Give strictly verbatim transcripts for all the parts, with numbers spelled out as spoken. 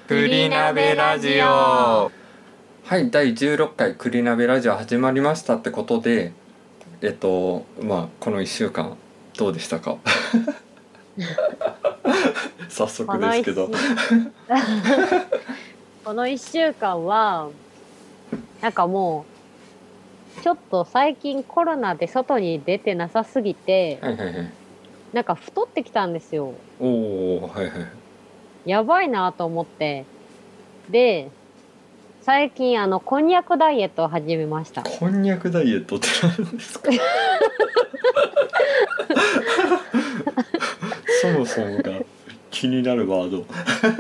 栗鍋ラジオ。はいだいじゅうろっかい栗鍋ラジオ始まりましたってことで、えっとまあこのいっしゅうかんどうでしたか早速ですけどこのいっしゅうかんはなんかもうちょっと最近コロナで外に出てなさすぎて、 はいはいはい、 なんか太ってきたんですよ。 おおはいはい、 やばいなと思って、で最近あのこんにゃくダイエットを始めました。 こんにゃくダイエットって何ですかそもそもが気になるワード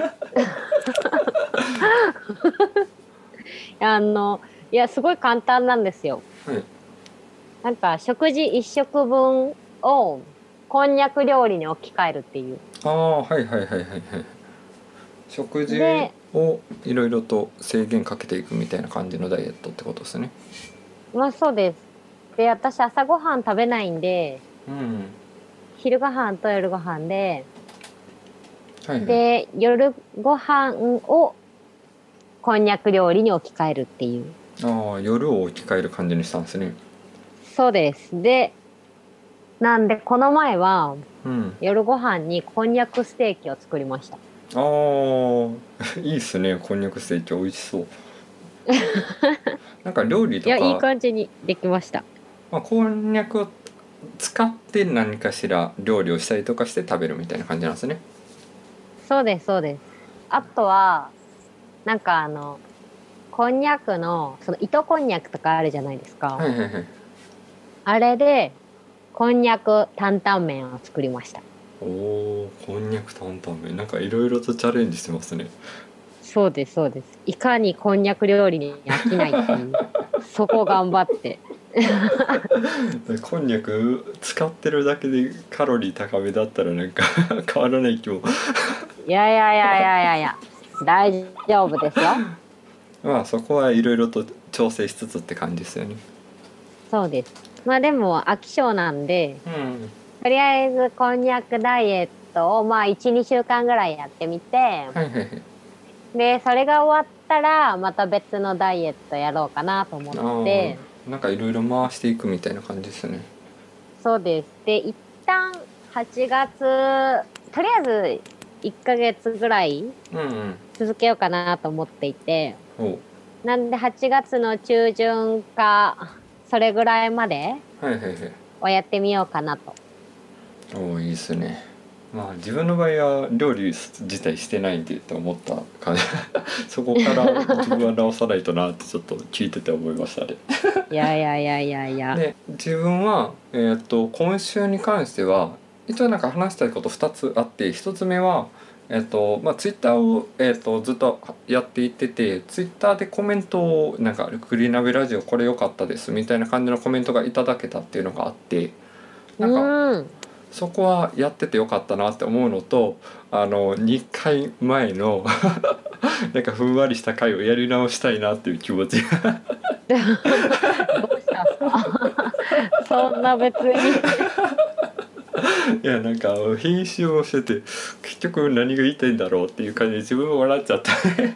あのいやすごい簡単なんですよ。 はい、 なんか食事いっしょくぶんをこんにゃく料理に置き換えるっていう。 ああはいはいはいはいはい、食事でをいろいろと制限かけていくみたいな感じのダイエットってことですね。 まあそうです。で私朝ごはん食べないんで、 うん、 昼ご飯と夜ご飯で、 はいはい、 で夜ご飯をこんにゃく料理に置き換えるっていう。 ああ夜を置き換える感じにしたんですね。 そうです。でなんでこの前はうん、 夜ご飯にこんにゃくステーキを作りました。 ああいいっすね、こんにゃくステーキ美味しそうなんか料理とかいやいい感じにできました。 まあ、こんにゃくを使って何かしら料理をしたりとかして食べるみたいな感じなんですね。 そうですそうです。あとはなんかあのこんにゃくのその糸こんにゃくとかあるじゃないですか。 はいはいはい、 あれでこんにゃく担々麺を作りました。 おおこんにゃく担々麺なんかいろいろとチャレンジしてますね。 そうですそうです。いかにこんにゃく料理に飽きないっていうそこ頑張ってこんにゃく使ってるだけでカロリー高めだったらなんか変わらない気もいやいやいやいやいやいや大丈夫ですよ。 まあそこはいろいろと調整しつつって感じですよね。 そうです。まあでも飽き性なんで、 うん、 とりあえずこんにゃくダイエットをまあいち、にしゅうかんぐらいやってみて、 はいはいはい、 でそれが終わったらまた別のダイエットやろうかなと思って。 あなんかいろいろ回していくみたいな感じですね。 そうです。で一旦はちがつとりあえずいっかげつぐらいうんうん、 続けようかなと思っていて、 おなんではちがつの中旬かそれぐらいまではいはいはい、 をやってみようかなと。 おいいですね。まあ自分の場合は料理自体してないんでと思ったからそこから自分は直さないとなってちょっと聞いてて思いましたねいやいやいやいやいや。 で自分は、えー、と今週に関しては一応なんか話したいことふたつあって、ひとつめはえっ、とまあツイッターを、えー、とずっとやっていってて、ツイッターでコメントをなんか「栗鍋ラジオこれ良かったです」みたいな感じのコメントがいただけたっていうのがあって、なんかうんそこはやっててよかったなって思うのと、あのにかいまえのなんかふんわりした回をやり直したいなっていう気持ちがどうしたんすかそんな別にいやなんか編集をしてて結局何が言いたいんだろうっていう感じで自分も笑っちゃったね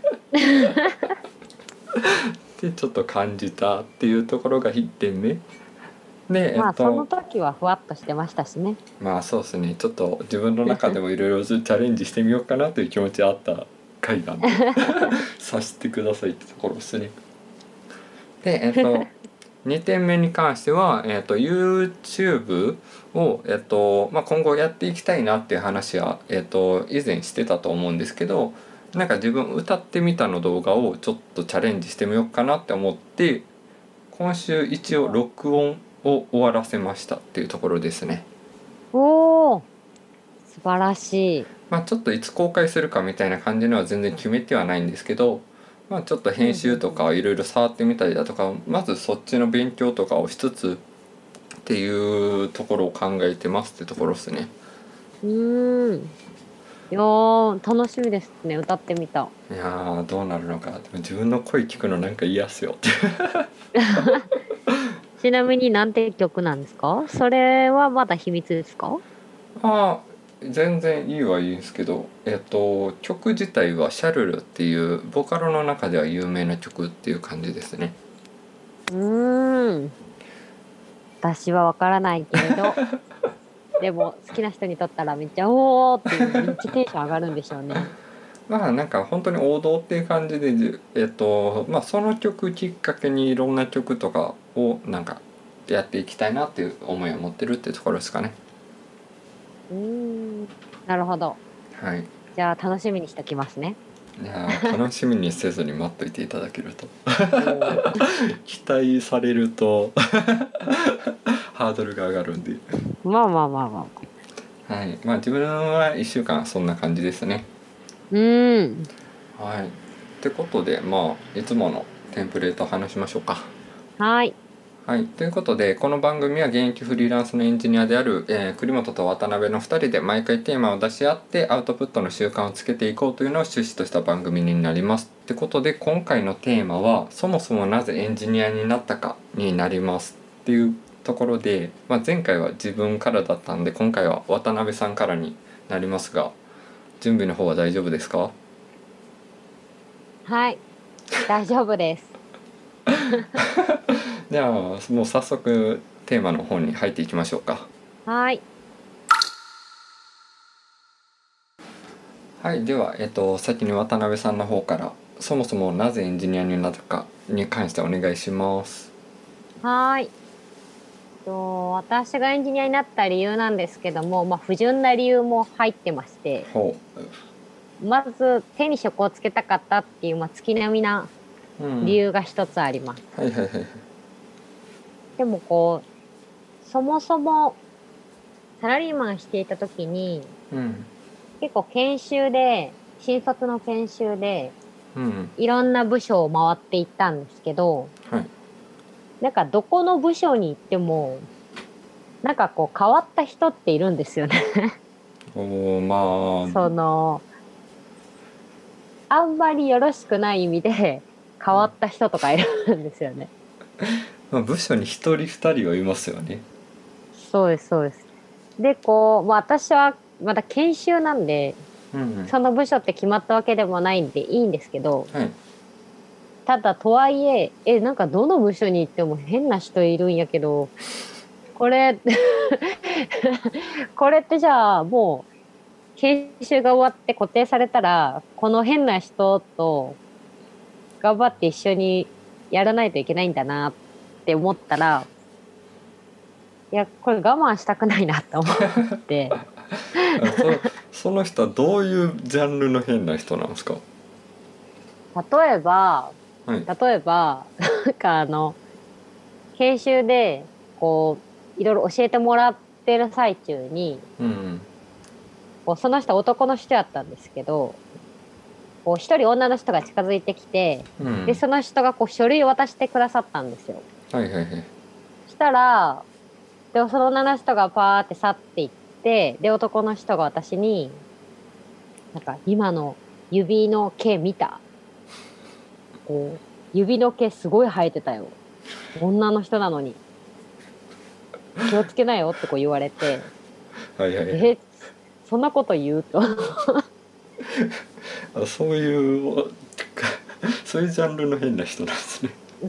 でちょっと感じたっていうところがいってんめで、 まあえっとその時はふわっとしてましたしね。 まあそうですね、ちょっと自分の中でもいろいろチャレンジしてみようかなという気持ちがあった回なんでさせてくださいってところですね。でえっとにてんめに関しては、えっと YouTube を、えっとまあ、今後やっていきたいなっていう話は、えっと以前してたと思うんですけど、なんか自分歌ってみたの動画をちょっとチャレンジしてみようかなって思って、今週一応録音を終わらせましたっていうところですね。 おー素晴らしい。 まあちょっといつ公開するかみたいな感じのは全然決めてはないんですけど、まあちょっと編集とかいろいろ触ってみたりだとか、まずそっちの勉強とかをしつつっていうところを考えてますってところですね。 うーんいやー楽しみですね。歌ってみた。 いやーどうなるのか。でも自分の声聞くのなんか嫌っすよってちなみになんて曲なんですか？それはまだ秘密ですか？ ああ全然いいはいいんですけど、えっと曲自体はシャルルっていうボカロの中では有名な曲っていう感じですね。 うーん。私はわからないけれど、でも好きな人にとったらめっちゃおーっていうめっちゃテンション上がるんでしょうね。 まあなんか本当に王道っていう感じで、じえっとまあその曲きっかけにいろんな曲とかをなんかやっていきたいなっていう思いを持ってるっていうところですかね。 うーん。なるほど。 はい。 じゃあ楽しみにしておきますね。 いやー楽しみにせずに待っといていただけるとおー期待されるとハードルが上がるんで、 まあまあまあまあ。 はい、まあ自分はいっしゅうかんそんな感じですね。 うーん。 はい。ってことでまあいつものテンプレート話しましょうか。 はい。 はい、ということでこの番組は現役フリーランスのエンジニアである、えー栗本と渡辺のふたりで毎回テーマを出し合ってアウトプットの習慣をつけていこうというのを趣旨とした番組になります。ってことで今回のテーマはそもそもなぜエンジニアになったかになりますっていうところで、まあ、前回は自分からだったんで今回は渡辺さんからになりますが、準備の方は大丈夫ですか？ はい。大丈夫です。 じゃあもう早速テーマの方に入っていきましょうか。 はい。 はい、では、えっと、先に渡辺さんの方からそもそもなぜエンジニアになったかに関してお願いします。 はい。と私がエンジニアになった理由なんですけども、まあ、不純な理由も入ってまして、 ほまず手に職をつけたかったっていう、まあ、月並みなう、うん、 理由が一つあります。 はいはいはい。 でもこう、そもそもサラリーマンしていた時に、 うん結構研修で、新卒の研修で、 うんいろんな部署を回っていったんですけど、 はい。 なんかどこの部署に行っても、なんかこう変わった人っているんですよね。 おまその、あんまりよろしくない意味で変わった人とかいるんですよね。 あ、まあ部署に一人二人はいますよね。 そうです、そうです。で、こう、まあ、私はまだ研修なんで、 うんうんその部署って決まったわけでもないんでいいんですけど、 はい。 ただとはいえ、え、なんかどの部署に行っても変な人いるんやけど、これ、これってじゃあもう研修が終わって固定されたら、この変な人と頑張って一緒にやらないといけないんだなって思ったら、いや、これ我慢したくないなって思って、 あそその人はどういうジャンルの変な人なんですか？ 例えば、 はい。 例えば、なんかあの、研修で、こう、いろいろ教えてもらってる最中に、 うんうんこうその人男の人やったんですけど、こう一人女の人が近づいてきて、 うんで、その人がこう書類を渡してくださったんですよ。 はいはいはいしたら、で、その女の人がパーって去っていって、で、男の人が私に、なんか、今の指の毛見た？こう、指の毛すごい生えてたよ。女の人なのに。気をつけなよってこう言われて、 はいはい。 え、そんなこと言うと。 あ、そういうそういうジャンルの変な人なんですね。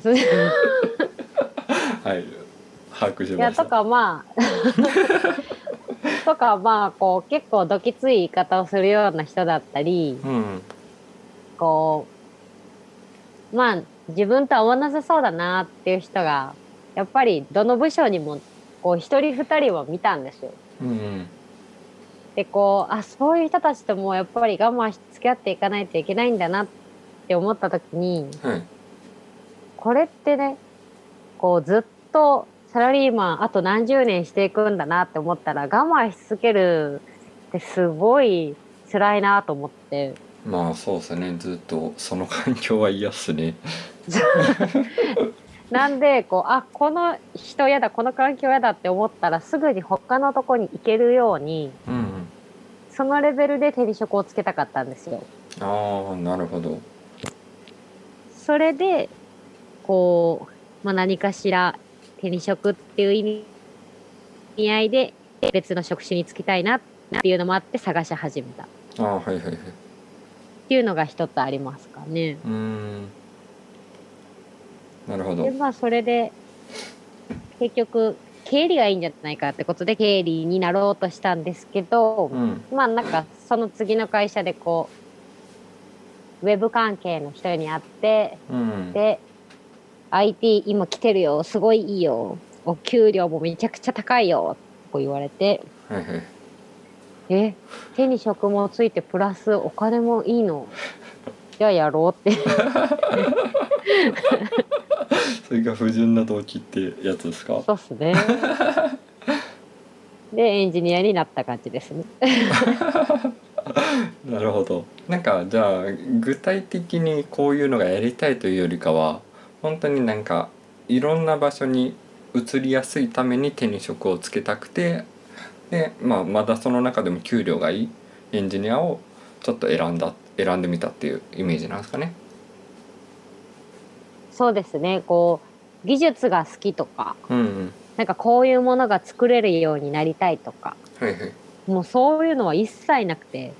はい、把握しいや、 ました。 とかまあ、とかまあ、こう、結構どきつい言い方をするような人だったり、 うんこう、まあ、自分と合わなさそうだなっていう人が、やっぱりどの部署にも、こう、一人二人は見たんですよ。 うんで、こう、あ、そういう人たちともやっぱり我慢し付き合っていかないといけないんだなって思った時に、 はいこれってね、こう、ずっとサラリーマンあと何十年していくんだなって思ったら、我慢し続けるってすごい辛いなと思って。 まあそうですね、ずっとその環境は嫌っすね。 なんで、こう、あ、この人嫌だ、この環境嫌だって思ったら、すぐに他のとこに行けるように、 うんうんそのレベルで手に職をつけたかったんですよ。 ああなるほど。 それで、こう、まあ、何かしら手に職っていう意味合いで別の職種に就きたいなっっていうのもあって探し始めたっああ、はいはいはい。 ていうのが一つありますかね。 うーん。なるほど。 でまあそれで結局経理がいいんじゃないかってことで経理になろうとしたんですけど、 うん。 まあなんかその次の会社でこうウェブ関係の人に会って、 うん。 で アイティー 今来てるよ、すごいいいよ、お給料もめちゃくちゃ高いよと言われて、 はいはい。 え手に職もついてプラスお金もいいの、じゃあやろうってそれが不純な動機ってやつですか？ そうっすね。でエンジニアになった感じですね。 なるほど。なんかじゃあ具体的にこういうのがやりたいというよりかは、本当になんかいろんな場所に移りやすいために手に職をつけたくて、で、まあ、まだその中でも給料がいいエンジニアをちょっと選んだ選んでみたっていうイメージなんですかね。 そうですね。こう技術が好きとか、 うんうん。 なんかこういうものが作れるようになりたいとか、 はいはい。 もうそういうのは一切なくて、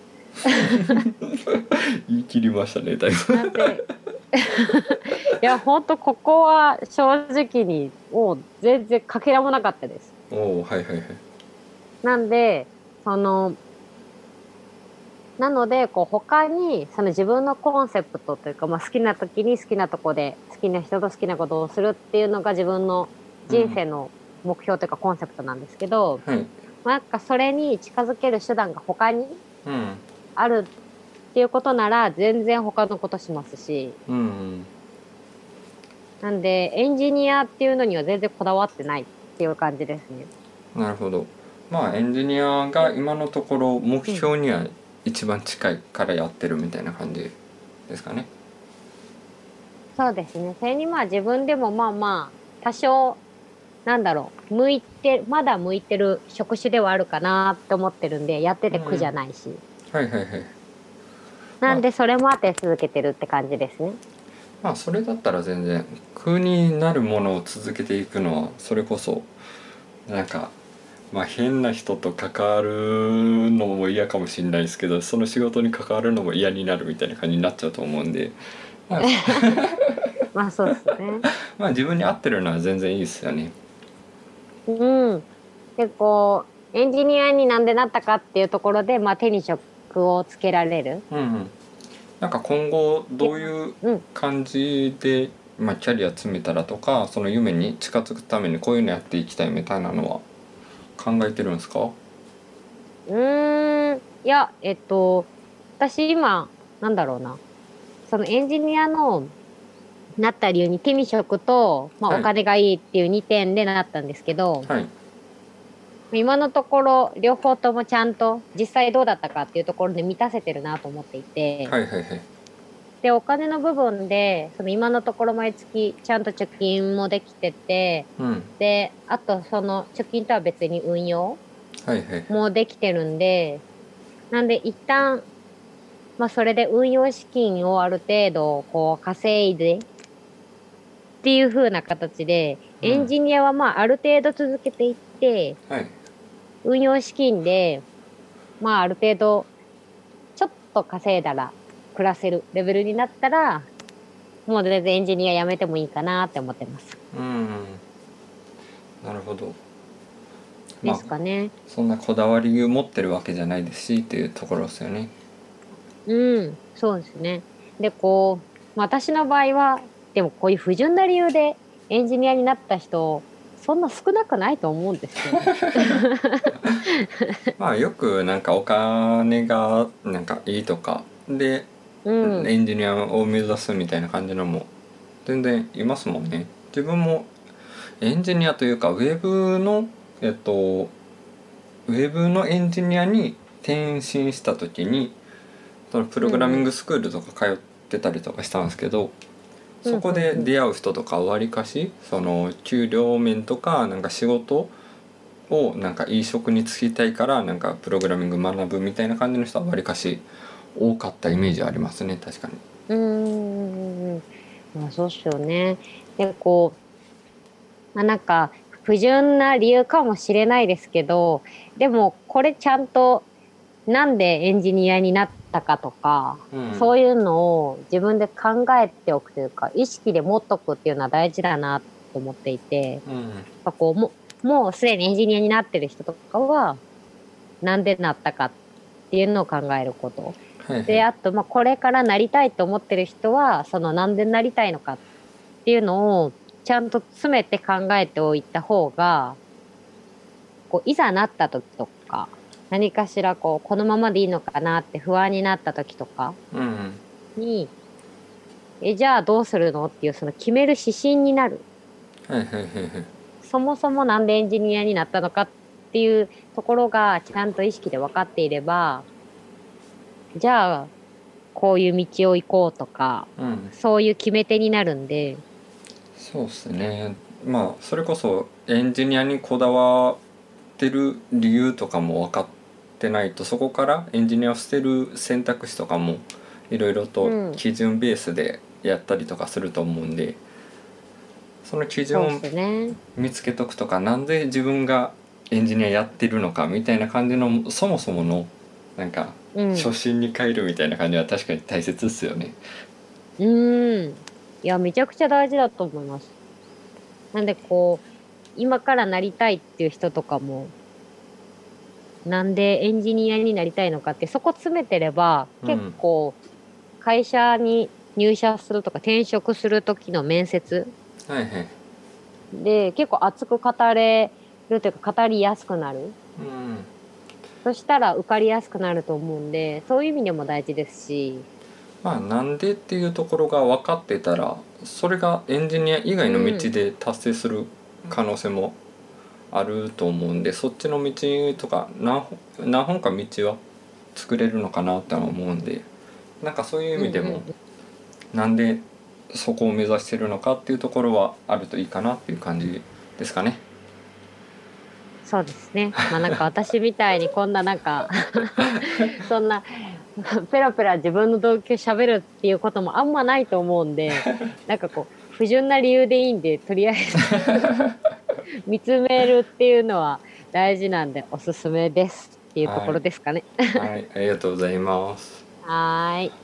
言い切りましたね、だいぶ。 なんでいや本当ここは正直にもう全然かけらもなかったです。 おお、はいはいはい。 なんでそのなのでこう他にその自分のコンセプトというか、まあ、好きな時に好きなとこで好きな人と好きなことをするっていうのが自分の人生の目標というかコンセプトなんですけど、 うん、はい。 まあ、なんかそれに近づける手段が他にうん。 あるっていうことなら全然他のことしますし、 うんうん。 なんでエンジニアっていうのには全然こだわってないっていう感じですね。 なるほど。まあエンジニアが今のところ目標には一番近いからやってるみたいな感じですかね。 そうですね。それにまあ自分でもまあまあ多少なんだろう向いてまだ向いてる職種ではあるかなって思ってるんで、やってて苦じゃうん。 ないし、 はいはいはい。まあなんでそれもあって続けてるって感じですね。 まあそれだったら全然苦になるものを続けていくのはそれこそなんかまあ変な人と関わるのも嫌かもしれないですけど、その仕事に関わるのも嫌になるみたいな感じになっちゃうと思うんで、まあ、 まあそうですね。 まあ自分に合ってるのは全然いいですよね。 うん。でこうエンジニアになんでなったかっていうところで、まあ手に職をつけられる。 うんうん。なんか今後で、 どういううん。 感じで、まあ、キャリア詰めたらとかその夢に近づくためにこういうのやっていきたいみたいなのは考えてるんですか？ うーん。いや、えっと、私今、なんだろうな。そのエンジニアのなった理由に手に職と、まあ、 はいお金がいいっていうにてんでなったんですけど、 はい。 今のところ両方ともちゃんと実際どうだったかっていうところで満たせてるなと思っていて、 はいはいはい。 で、お金の部分で、その今のところ毎月ちゃんと貯金もできてて、 うん。 で、あとその貯金とは別に運用はいはい。 もできてるんで、なんで一旦、まあそれで運用資金をある程度こう稼いでっていう風な形で、 うん。 エンジニアはまあある程度続けていって、 はい。 運用資金で、まあある程度ちょっと稼いだら暮らせるレベルになったら、もう全然エンジニア辞めてもいいかなって思ってます。 うん。なるほど。まであすかね。 そんなこだわりを持ってるわけじゃないですしっていうところですよね。 うん、そうですね。で、こう、私の場合は、でもこういう不純な理由でエンジニアになった人、そんな少なくないと思うんですよね。 まあよくなんかお金がなんかいいとかでうん。 エンジニアを目指すみたいな感じのも全然いますもんね。自分もエンジニアというかウェブのえっとウェブのエンジニアに転身した時にそのプログラミンうんうん。 グスクールとか通ってたりとかしたんですけど、 うんそこでうんうん。 出会う人とかわりかしその給料面とかなんか仕事をなんかいい職に就きたいからなんかプログラミング学ぶみたいな感じの人はわりかし多かったイメージありますね、確かに。 うーん。まあそうっすよね。で、こう、まあなんか、不純な理由かもしれないですけど、でもこれちゃんとなんでエンジニアになったかとか、 うん、 そういうのを自分で考えておくというか、意識で持っとくっていうのは大事だなと思っていて、 うん、 やっぱこうも、もうすでにエンジニアになってる人とかは、なんでなったかっていうのを考えること。 はいはい、 で、あと、まあ、これからなりたいと思ってる人は、そのなんでなりたいのかっていうのを、ちゃんと詰めて考えておいた方が、こう、いざなった時とか、何かしらこう、このままでいいのかなって不安になった時とかうん、 に、え、じゃあどうするのっていう、その決める指針になる。 はいはいはいはい、 そもそもなんでエンジニアになったのかっていうところがちゃんと意識で分かっていれば、じゃあ、こういう道を行こうとか、 うん、 そういう決め手になるんで、 そうですね。まあそれこそエンジニアにこだわってる理由とかも分かってないと、そこからエンジニアを捨てる選択肢とかもいろいろとうん、 基準ベースでやったりとかすると思うんで、その基準そうっをすね。 見つけとくとか、なんで自分がエンジニアやってるのかみたいな感じの、そもそものなんかうん。 初心に変えるみたいな感じは確かに大切ですよね。 うーん。いや、めちゃくちゃ大事だと思います。なんでこう、今からなりたいっていう人とかも、なんでエンジニアになりたいのかって、そこ詰めてれば、結うん、 構、会社に入社するとか転職する時の面接はいはい、 で結構熱く語れるというか語りやすくなる。 うん、 そしたら受かりやすくなると思うんで、そういう意味でも大事ですし。 まあなんでっていうところが分かってたら、それがエンジニア以外の道うん。 で達成する可能性もあると思うんで、そっちの道とか何本何本か道は作れるのかなって思うんで、なんかそういううん意味でもうんうん。 なんでそこを目指してるのかっていうところはあるといいかなっていう感じですかね。 そうですね。まあなんか私みたいにこんななんかそんなペラペラ自分の動機を喋るっていうこともあんまないと思うんで、なんかこう不純な理由でいいんで、とりあえず見つめるっていうのは大事なんでおすすめですっていうところはい、 ですかね。 はい、ありがとうございます。 はーい。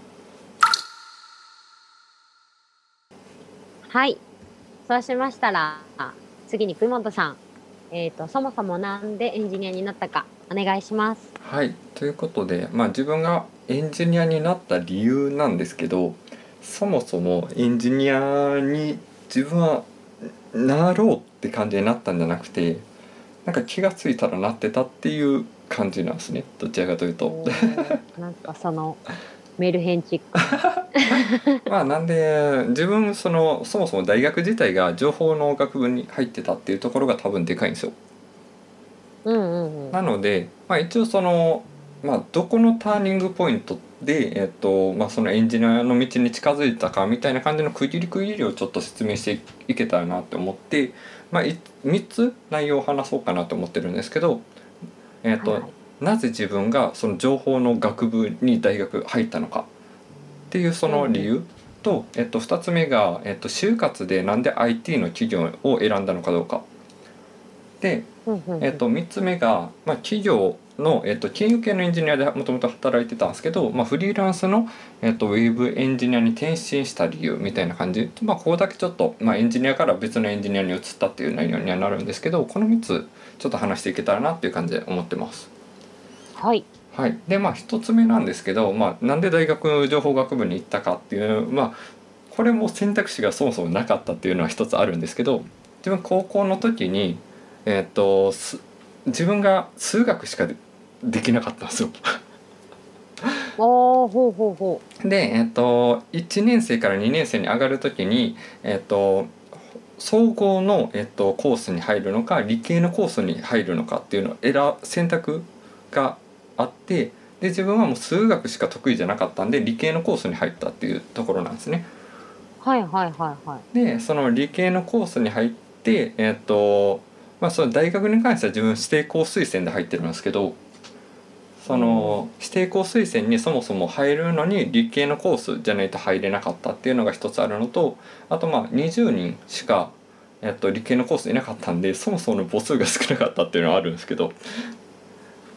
はい。そうしましたら、次に栗本さん。えっと、そもそもなんでエンジニアになったか、お願いします。 はい、ということで、まあ自分がエンジニアになった理由なんですけど、そもそもエンジニアに自分はなろうって感じになったんじゃなくて、なんか気がついたらなってたっていう感じなんですね、どちらかというと。 おー、なんかその、メルヘンチックな。 まあなんで自分そのそもそも大学自体が情報の学部に入ってたっていうところが多分でかいんですよ。 うんうんうん。 なので、まあ、一応その、まあ、どこのターニングポイントで、えっとまあ、そのエンジニアの道に近づいたかみたいな感じの区切り区切りをちょっと説明していけたらなと思って、まあ、みっつ内容を話そうかなと思ってるんですけど、えっと、 はいはい。 なぜ自分がその情報の学部に大学入ったのかっていうそうんうん。 の理由と、えっと、ふたつめが、えっと、就活でなんで アイティー の企業を選んだのかどうかで、 うんうんうん。 えっと、みっつめが、まあ、企業の、えっと、金融系のエンジニアでもともと働いてたんですけど、まあ、フリーランスの、えっと、ウェブエンジニアに転身した理由みたいな感じ、まあ、ここだけちょっと、まあ、エンジニアから別のエンジニアに移ったっていう内容にはなるんですけど、このみっつちょっと話していけたらなっていう感じで思ってます。 はい。 はい、でまあひとつめなんですけど、まあ、なんで大学情報学部に行ったかっていう、まあ、これも選択肢がそもそもなかったっていうのは一つあるんですけど、自分高校の時に、えー、とす自分が数学しかで、できなかったんですよ。 おー、ほうほうほで、えー、といちねん生からにねん生に上がる時に、えー、と総合の、えー、とコースに入るのか理系のコースに入るのかっていうのを選選択があって、で自分はもう数学しか得意じゃなかったんで理系のコースに入ったっていうところなんですね。 う。はいはいはいはい。 でその理系のコースに入ってえっ、とまあその大学に関しては自分指定校推薦で入ってるんですけど、そおー。 の指定校推薦にそもそも入るのに理系のコースじゃないと入れなかったっていうのが一つあるのと、あとまあにじゅうにんしか、えっと、理系のコースいなかったんでそもそもの母数が少なかったっていうのはあるんですけど、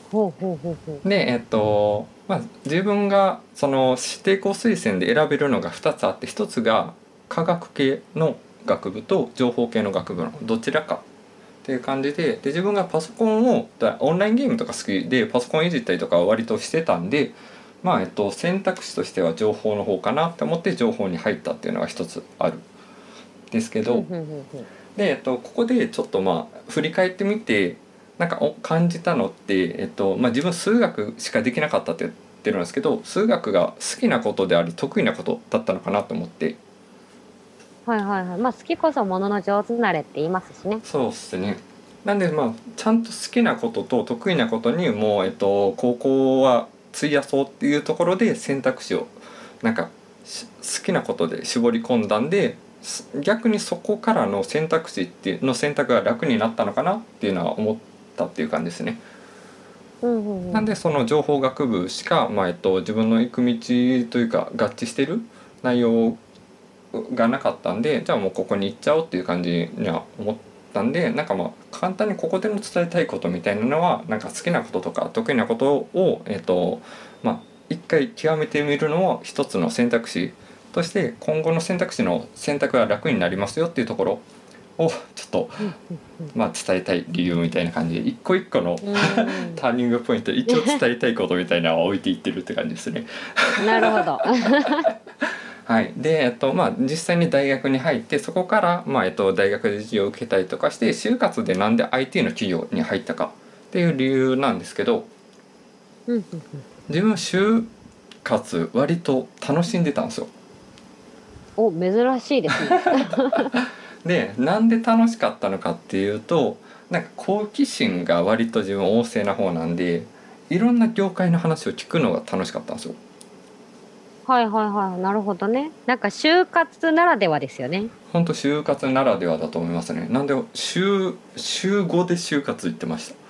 ほうほうほうほう。 でえっとまあ自分がその指定校推薦で選べるのがふたつあって、ひとつが科学系の学部と情報系の学部のどちらかっていう感じで、で自分がパソコンをオンラインゲームとか好きでパソコンいじったりとかは割としてたんで、まあえっと選択肢としては情報の方かなって思って情報に入ったっていうのが一つあるんですけど、 ふんふんふんふん。 でえっとここでちょっとまあ振り返ってみてなんかお感じたのって、えっとまあ、自分数学しかできなかったって言ってるんですけど、数学が好きなことであり得意なことだったのかなと思って。 はいはいはい。まあ好きこそものの上手なれって言いますしね。 そうっすね。なんでまあちゃんと好きなことと得意なことにもう、えっと、高校は費やそうっていうところで選択肢をなんか好きなことで絞り込んだんで、逆にそこからの選択肢っていうの選択が楽になったのかなっていうのは思ったっていう感じですね。 うんうんうん。 なんでその情報学部しか、まあえっと、自分の行く道というか合致してる内容がなかったんで、じゃあもうここに行っちゃおうっていう感じには思ったんで、なんかまあ簡単にここでの伝えたいことみたいなのはなんか好きなこととか得意なことをえっとまあ一回極めてみるのも一つの選択肢として、今後の選択肢の選択が楽になりますよっていうところをちょっとうんうんうんまあ伝えたい理由みたいな感じで一個一個のうーん。 ターニングポイント一応伝えたいことみたいなのを置いていってるって感じですね。 なるほど。 はい、で、えっとまあ、実際に大学に入ってそこから、まあえっと、大学で授業を受けたりとかして就活でなんで アイティー の企業に入ったかっていう理由なんですけど、 うんうんうん。 自分就活割と楽しんでたんですよ。 お、珍しいですね。 でなんで楽しかったのかっていうと、なんか好奇心が割と自分旺盛な方なんで、いろんな業界の話を聞くのが楽しかったんですよ。 はいはいはい。なるほどね。なんか就活ならではですよね。 ほんと就活ならではだと思いますね。なんで週週ごで就活行ってました。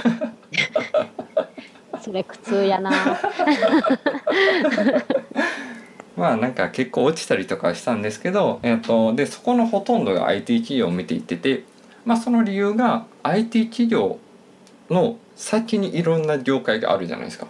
それ苦痛やな。 まあなんか結構落ちたりとかしたんですけど、えー、とでそこのほとんどが アイティー 企業を見ていってて、まあ、その理由が アイティー 企業の先にいろんな業界があるじゃないですか。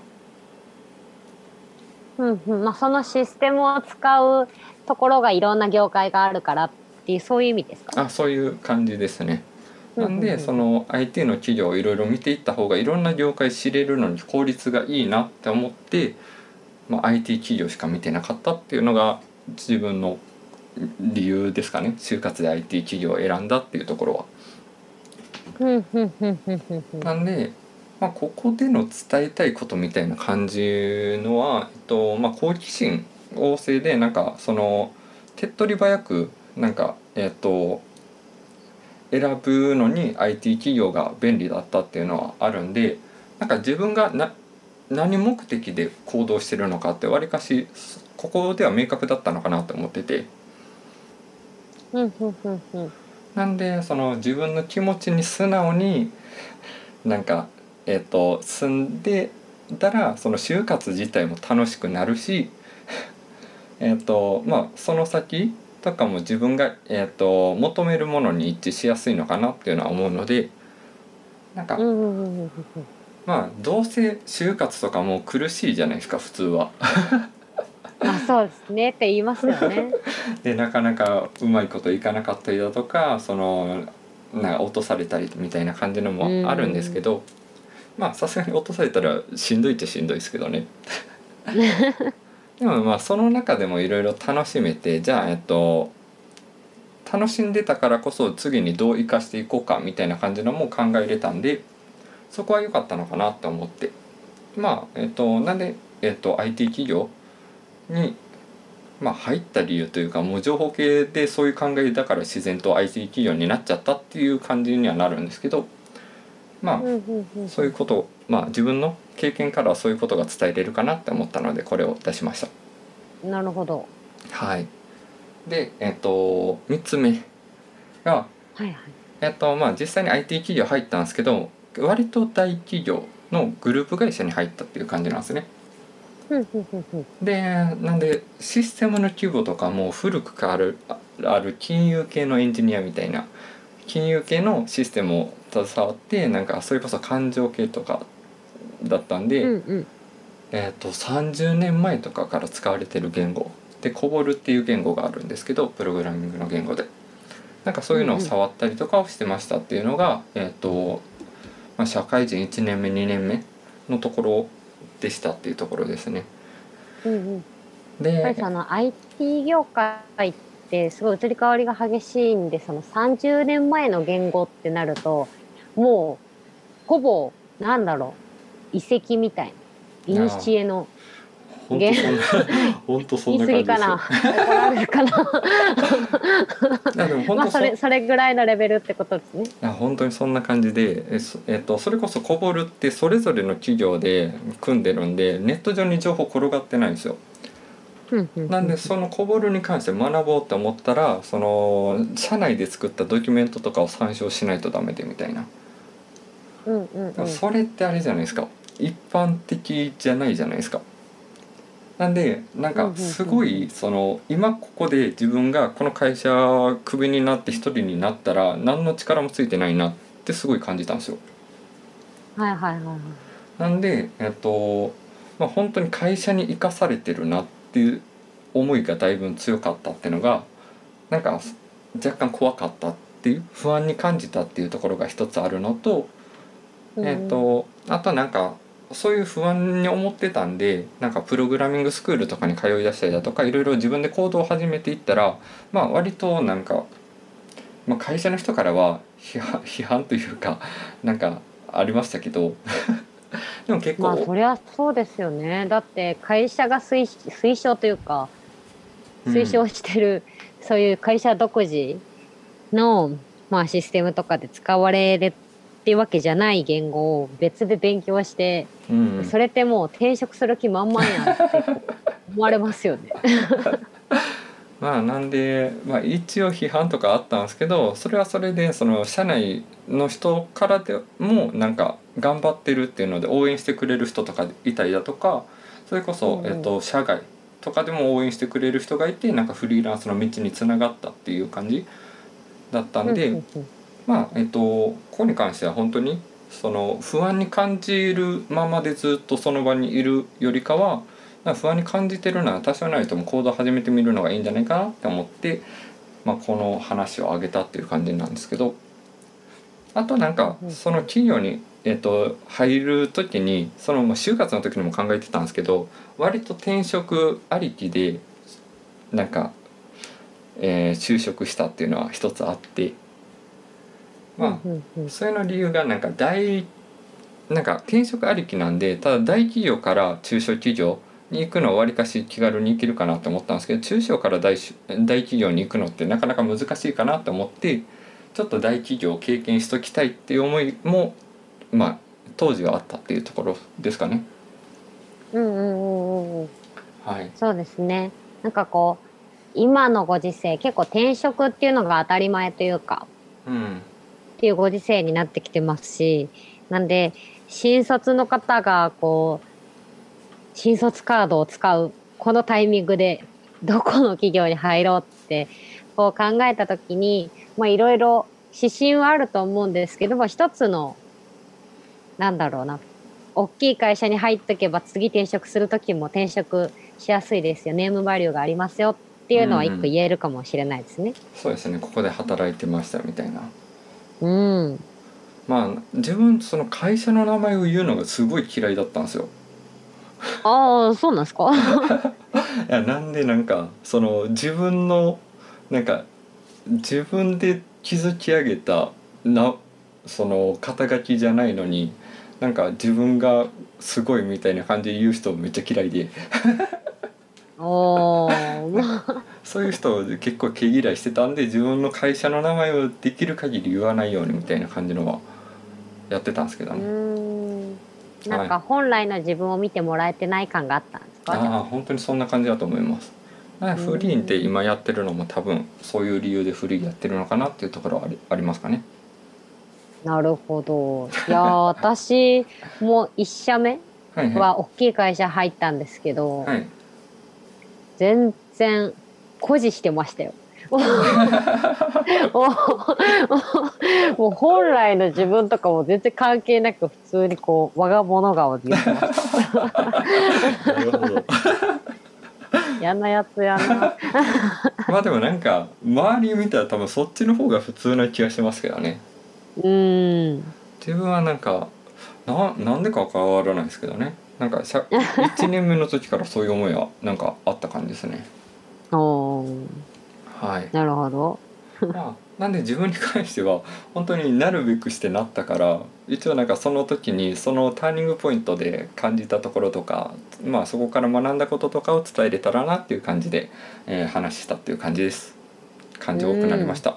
うんうん。まあそのシステムを使うところがいろんな業界があるからっていうそういう意味ですか。 あ、そういう感じですね。 うんなんでうんうん。 その アイティー の企業をいろいろ見ていった方がいろんな業界知れるのに効率がいいなって思って、まあ、アイティー 企業しか見てなかったっていうのが自分の理由ですかね。就活で アイティー 企業を選んだっていうところは。 うんうんうんうんうんうん。 なんで、まあ、ここでの伝えたいことみたいな感じのは、えっとまあ、好奇心旺盛でなんかその手っ取り早くなんかえっと選ぶのに アイティー 企業が便利だったっていうのはあるんで、なんか自分がな何目的で行動してるのかってわりかしここでは明確だったのかなと思ってて、 うんうんうんうん。 なんでその自分の気持ちに素直になんかえっと住んでたらその就活自体も楽しくなるしえっとまあその先とかも自分が、えっと求めるものに一致しやすいのかなっていうのは思うので、なんかうんうんうんうんうん。 まあどうせ就活とかも苦しいじゃないですか普通は。 まあそうですねって言いますよね。 でなかなかうまいこといかなかったりだとか、そのなんか落とされたりみたいな感じのうもあるんですけん。 ど、まあさすがに落とされたらしんどいっちゃしんどいですけどね。でもまあその中でもいろいろ楽しめて、じゃあえっと楽しんでたからこそ次にどう生かしていこうかみたいな感じのも考えれたんで、そこは良かったのかなと思って、まあえっとなんでえっと アイティー 企業にまあ入った理由というか、もう情報系でそういう考えだから自然と アイティー 企業になっちゃったっていう感じにはなるんですけど、まあうんうんうんそういうことを、まあ自分の経験からはそういうことが伝えれるかなって思ったのでこれを出しました。 うん。なるほど。 はい。でえっとみっつめがはいはい。 えっとまあ実際に アイティー 企業入ったんですけど、割と大企業のグループ会社に入ったっていう感じなんですね。 うんうんうんうん。 でなんでシステムの規模とかも古くからあるある金融系のエンジニアみたいな金融系のシステムを携わって、なんかそれこそ勘定系とかだったんで、 うんうんえー、とさんじゅうねんまえとかから使われてる言語でコボルっていう言語があるんですけど、プログラミングの言語でなんかそういうのを触ったりとかをしてましたっていうのが、えーとまあ、社会人いちねんめにねんめのところでしたっていうところですね。 うんうん。 でやっぱりその アイティー 業界ってすごい移り変わりが激しいんで、そのさんじゅうねんまえの言語ってなるともうほぼなんだろう、遺跡みたいな、いにしえの本当そんな本当そんな感じですよ。 言い過ぎかな、怒られるかな。 でも本当まあそれそれぐらいのレベルってことですね。 いや本当にそんな感じで、えそ,、えっと、それこそコボルってそれぞれの企業で組んでるんでネット上に情報転がってないんですよ。なんでそのコボルに関して学ぼうって思ったら、その社内で作ったドキュメントとかを参照しないとダメでみたいな、 うんうんうん、 それってあれじゃないですか、一般的じゃないじゃないですか。なんでなんかすごいその今ここで自分がこの会社クビになって一人になったら何の力もついてないなってすごい感じたんですよ。 はいはいはいはい。 なんでえっとまあ本当に会社に生かされてるなっていう思いがだいぶ強かったっていうのがなんか若干怖かったっていう不安に感じたっていうところが一つあるのと、えっとあとなんかそういう不安に思ってたんで、なんかプログラミングスクールとかに通いだしたりだとかいろいろ自分で行動を始めていったら、まあ割となんか、まあ、会社の人からは批判、批判というかなんかありましたけどでも結構まあそりゃそうですよね。だって会社が推推奨というか推奨してる、うん、そういう会社独自の、まあ、システムとかで使われるっていうわけじゃない言語を別で勉強して、うん、それってもう転職する気満々やんって思われますよね。 まあなんで、まあ、一応批判とかあったんですけど、それはそれでその社内の人からでもなんか頑張ってるっていうので応援してくれる人とかいたりだとか、それこそ、うんうん、えっと、社外とかでも応援してくれる人がいてなんかフリーランスの道につながったっていう感じだったんで、まあえっとここに関しては本当にその不安に感じるままでずっとその場にいるよりかは、不安に感じてるなら多少ない人も行動を始めてみるのがいいんじゃないかなって思って、まあ、この話を挙げたっていう感じなんですけど、あとなんかその企業に、えっと、入る時にその就活の時にも考えてたんですけど、割と転職ありきでなんか、えー、就職したっていうのは一つあって、まあそれの理由がなんか大なんか転職ありきなんで、ただ大企業から中小企業に行くのはわりかし気軽に行けるかなと思ったんですけど、中小から大大企業に行くのってなかなか難しいかなと思って、ちょっと大企業を経験しときたいっていう思いもまあ当時はあったっていうところですかね。 うんうんうんうん。 はい。 そうですね。なんかこう今のご時世結構転職っていうのが当たり前というか、うん、っていうご時世になってきてますし、なんで新卒の方がこう新卒カードを使うこのタイミングでどこの企業に入ろうってこう考えた時に、まあいろいろ指針はあると思うんですけども、一つのなんだろうな、大きい会社に入っとけば次転職する時も転職しやすいですよ、ネームバリューがありますよっていうのは一個言えるかもしれないですね。うんうん、 そうですね、ここで働いてましたみたいな。 うん。 まあ自分その会社の名前を言うのがすごい嫌いだったんですよ。 ああ、そうなんですか。 いやなんでなんかその自分のなんか自分で築き上げたなその肩書きじゃないのになんか自分がすごいみたいな感じで言う人めっちゃ嫌いでおそういう人結構毛嫌いしてたんで、自分の会社の名前をできる限り言わないようにみたいな感じのはやってたんですけどね。うーん、なんか本来の自分を見てもらえてない感があったんですか？ はい、ああ本当にそんな感じだと思います。フリーって今やってるのも多分そういう理由でフリーやってるのかなっていうところはあり、ありますかね。 なるほど。いや私も一社目は大きい会社入ったんですけど、はいはい、全然誇示してましたよ。 もうもう本来の自分とかも全然関係なく普通にこう我が物顔で言ってましたなるほど嫌なやつやなまあでもなんか周り見たら多分そっちの方が普通な気がしますけどね。 うーん自分はなんか な, なんでか変わらないですけどね。なんかいちねんめの時からそういう思いはなんかあった感じですね。 おーはい。 なるほどまあなんで自分に関しては本当になるべくしてなったから、一応なんかその時にそのターニングポイントで感じたところとか、まあそこから学んだこととかを伝えれたらなっていう感じで、えー話したっていう感じです。感情多くなりました。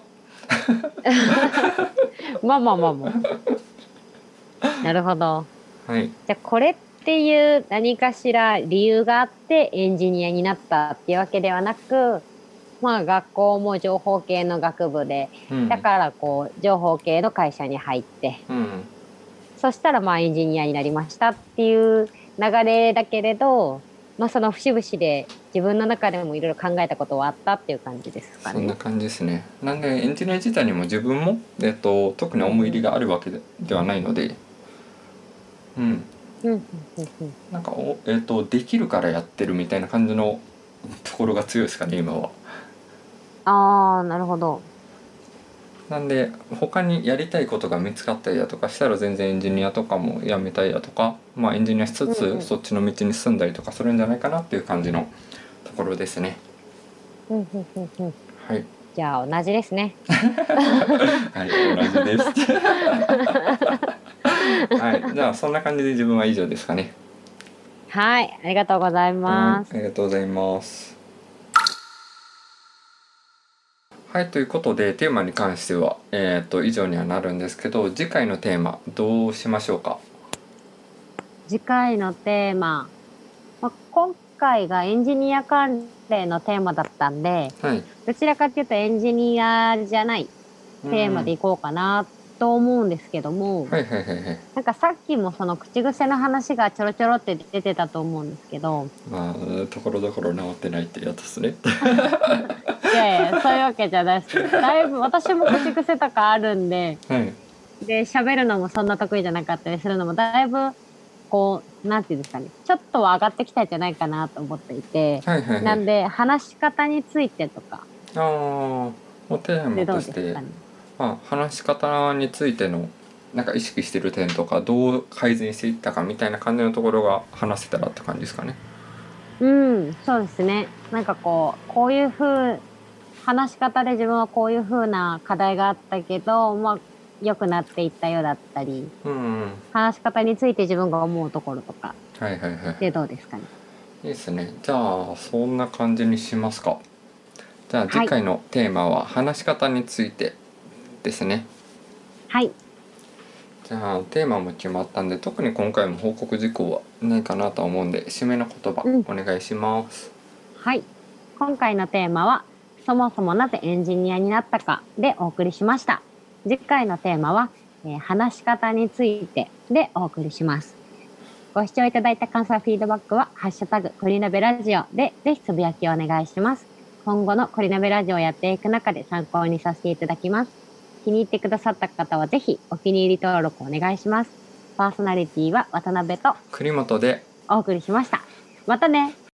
まあまあまあまあなるほど。 はい。 じゃあこれっていう何かしら理由があってエンジニアになったっていうわけではなく、まあ学校も情報系の学部で、 うん、 だからこう情報系の会社に入って、 うん、 そしたらまあエンジニアになりましたっていう流れだけれど、まあその節々で自分の中でもいろいろ考えたことはあったっていう感じですかね。 そんな感じですね。なんでエンジニア自体にも自分も、えっと、特に思い入りがあるわけでではないので、うん、 うんうんうんうん。 なんかお、えっと、できるからやってるみたいな感じのところが強いですかね今は。 ああ、なるほど。 なんで他にやりたいことが見つかったりだとかしたら全然エンジニアとかもやめたりだとか、まあエンジニアしつつうんうんそっちの道に進んだりとかするんじゃないかなっていう感じのところですね。 うんうんうんうん。 はい。 じゃあ同じですね。 はい、同じです。はい、じゃあそんな感じで自分は以上ですかね。 はい、ありがとうございはい、 ます。 ありがとうございます。はい、ということでテーマに関しては、えー、と以上にはなるんですけど、次回のテーマどうしましょうか。 次回のテーマ、まあ、今回がエンジニア関連のテーマだったんで、 はい。 どちらかというとエンジニアじゃないテーマでいこうかなと思うんですけども、 はいはいはいはい。 なんかさっきもその口癖の話がちょろちょろって出てたと思うんですけど、 まあところどころ治ってないってやつですね。 いやいやそういうわけじゃないです。だいぶ私も口癖とかあるんで、 はい。 で喋るのもそんな得意じゃなかったりするのもだいぶこうなんていうんですかね、ちょっとは上がってきたんじゃないかなと思っていて、 はいはいはい。 なんで話し方についてとかああ、もうテーでどマとしてうですかね。 まあ話し方についてのなんか意識してる点とかどう改善していったかみたいな感じのところが話せたらって感じですかね。 うん、そうですね。なんかこうこういう風話し方で自分はこういう風な課題があったけど、まあ良くなっていったようだったり、 うんうん。 話し方について自分が思うところとかはいはいはい。 でどうですかね。 いいですね。じゃあそんな感じにしますか。じゃあはい次回のテーマは話し方についてですね。 はい。 じゃあテーマも決まったんで、特に今回も報告事項はないかなと思うんで、締めの言葉うんお願いします。 はい。今回のテーマは、そもそもなぜエンジニアになったかでお送りしました。次回のテーマは、えー話し方についてでお送りします。ご視聴いただいた感想やフィードバックは、ハッシュタグ、コリナベラジオでぜひつぶやきをお願いします。今後のコリナベラジオをやっていく中で参考にさせていただきます。気に入ってくださった方はぜひお気に入り登録お願いします。パーソナリティは渡辺と栗本でお送りしました。またね。